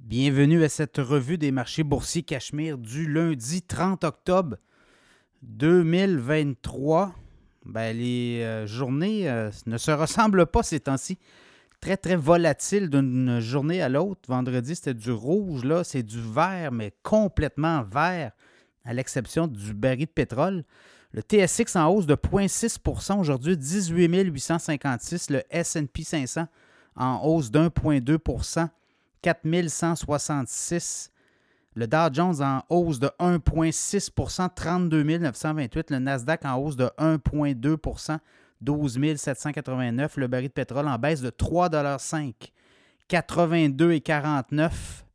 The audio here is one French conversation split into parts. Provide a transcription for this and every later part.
Bienvenue à cette revue des marchés boursiers Cachemire du lundi 30 octobre 2023. Les journées ne se ressemblent pas ces temps-ci. Très, très volatile d'une journée à l'autre. Vendredi, c'était du rouge. Là, c'est du vert, mais complètement vert, à l'exception du baril de pétrole. Le TSX en hausse de 0,6 % aujourd'hui, 18 856. Le S&P 500 en hausse d'1,2 %. 4166. Le Dow Jones en hausse de 1,6 %, 32 928. Le Nasdaq en hausse de 1,2 %, 12 789. Le baril de pétrole en baisse de 3,5 $, 82,49.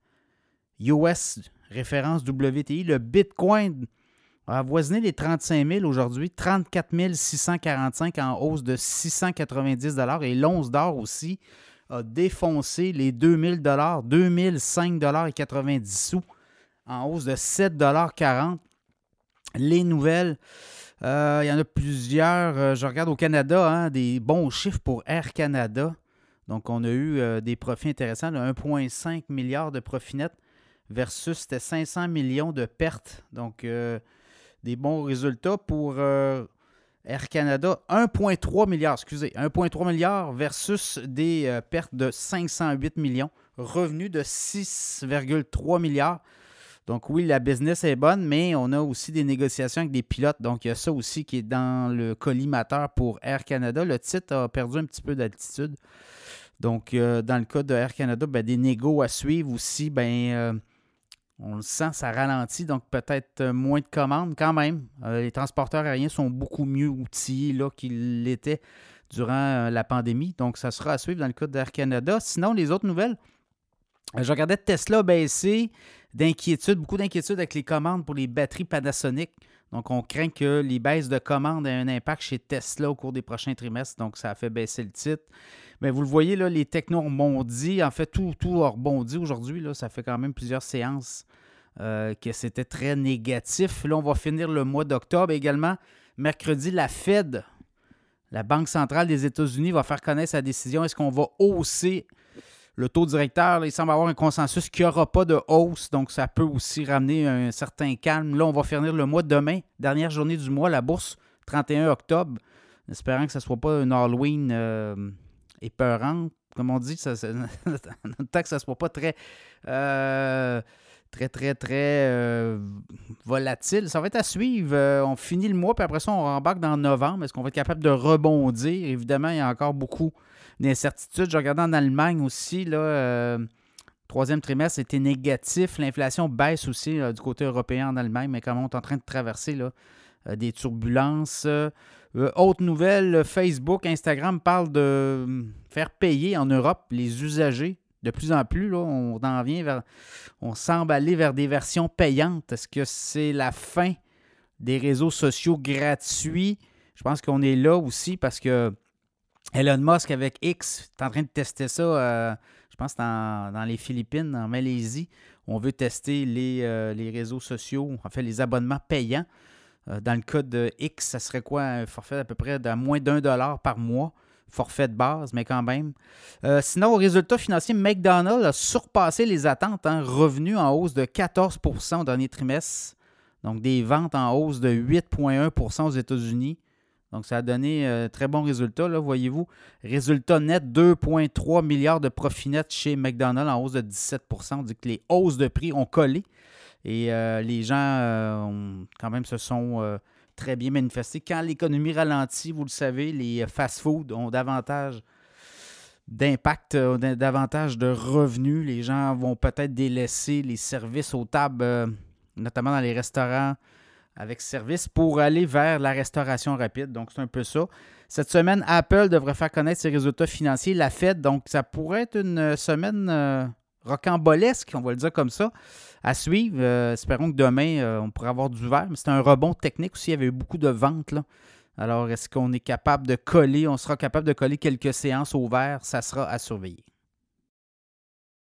US, référence WTI. Le Bitcoin a avoisiné les 35 000 aujourd'hui, 34 645 en hausse de 690 $. Et l'once d'or aussi a défoncé les 2000 $, 2005,90 $, en hausse de 7,40 $. Les nouvelles, il y en a plusieurs. Je regarde au Canada, des bons chiffres pour Air Canada. Donc, on a eu des profits intéressants, 1,5 milliard de profits nets versus c'était 500 millions de pertes. Donc, des bons résultats pour Air Canada, 1,3 milliard, 1,3 milliard versus des pertes de 508 millions, revenus de 6,3 milliards. Donc oui, la business est bonne, mais on a aussi des négociations avec des pilotes. Donc il y a ça aussi qui est dans le collimateur pour Air Canada. Le titre a perdu un petit peu d'altitude. Donc dans le cas de Air Canada, des négos à suivre aussi, on le sent, ça ralentit, donc peut-être moins de commandes quand même. Les transporteurs aériens sont beaucoup mieux outillés là, qu'ils l'étaient durant la pandémie. Donc, ça sera à suivre dans le cas d'Air Canada. Sinon, les autres nouvelles, je regardais Tesla baisser, beaucoup d'inquiétudes avec les commandes pour les batteries Panasonic. Donc, on craint que les baisses de commandes aient un impact chez Tesla au cours des prochains trimestres. Donc, ça a fait baisser le titre. Mais vous le voyez, là, les technos ont rebondi. En fait, tout a rebondi aujourd'hui. Là, ça fait quand même plusieurs séances que c'était très négatif. Là, on va finir le mois d'octobre également. Mercredi, la Fed, la Banque centrale des États-Unis, va faire connaître sa décision. Est-ce qu'on va hausser le taux directeur? Là, il semble avoir un consensus qu'il n'y aura pas de hausse. Donc, ça peut aussi ramener un certain calme. Là, on va finir le mois demain. Dernière journée du mois, la bourse, 31 octobre. Espérant que ce ne soit pas un Halloween épeurante, comme on dit, tant que ça ne soit pas très volatile. Ça va être à suivre. On finit le mois, puis après ça, on rembarque dans novembre. Est-ce qu'on va être capable de rebondir? Évidemment, il y a encore beaucoup d'incertitudes. Je regardais en Allemagne aussi, là, troisième trimestre était négatif. L'inflation baisse aussi du côté européen en Allemagne, mais quand même, on est en train de traverser là, des turbulences. Autre nouvelle, Facebook, Instagram parlent de faire payer en Europe les usagers. De plus en plus, là, on semble aller vers des versions payantes. Est-ce que c'est la fin des réseaux sociaux gratuits? Je pense qu'on est là aussi parce que Elon Musk avec X est en train de tester ça, je pense dans les Philippines, en Malaisie. On veut tester les réseaux sociaux, en fait les abonnements payants. Dans le cas de X, ça serait quoi? Un forfait à peu près de moins d'$1 par mois. Forfait de base, mais quand même. Sinon, au résultat financier, McDonald's a surpassé les attentes. Revenu en hausse de 14 % au dernier trimestre. Donc, des ventes en hausse de 8,1 % aux États-Unis. Donc, ça a donné très bon résultat, là, voyez-vous. Résultat net, 2,3 milliards de profit net chez McDonald's en hausse de 17 %. On dit que les hausses de prix ont collé. Et les gens quand même se sont très bien manifestés. Quand l'économie ralentit, vous le savez, les fast-foods ont davantage d'impact, davantage de revenus. Les gens vont peut-être délaisser les services aux tables, notamment dans les restaurants avec service, pour aller vers la restauration rapide. Donc, c'est un peu ça. Cette semaine, Apple devrait faire connaître ses résultats financiers. La Fed, donc ça pourrait être une semaine rocambolesque, on va le dire comme ça, à suivre. Espérons que demain, on pourra avoir du vert. Mais c'est un rebond technique aussi. Il y avait eu beaucoup de ventes, là. Alors, est-ce qu'on est capable de coller? On sera capable de coller quelques séances au vert. Ça sera à surveiller.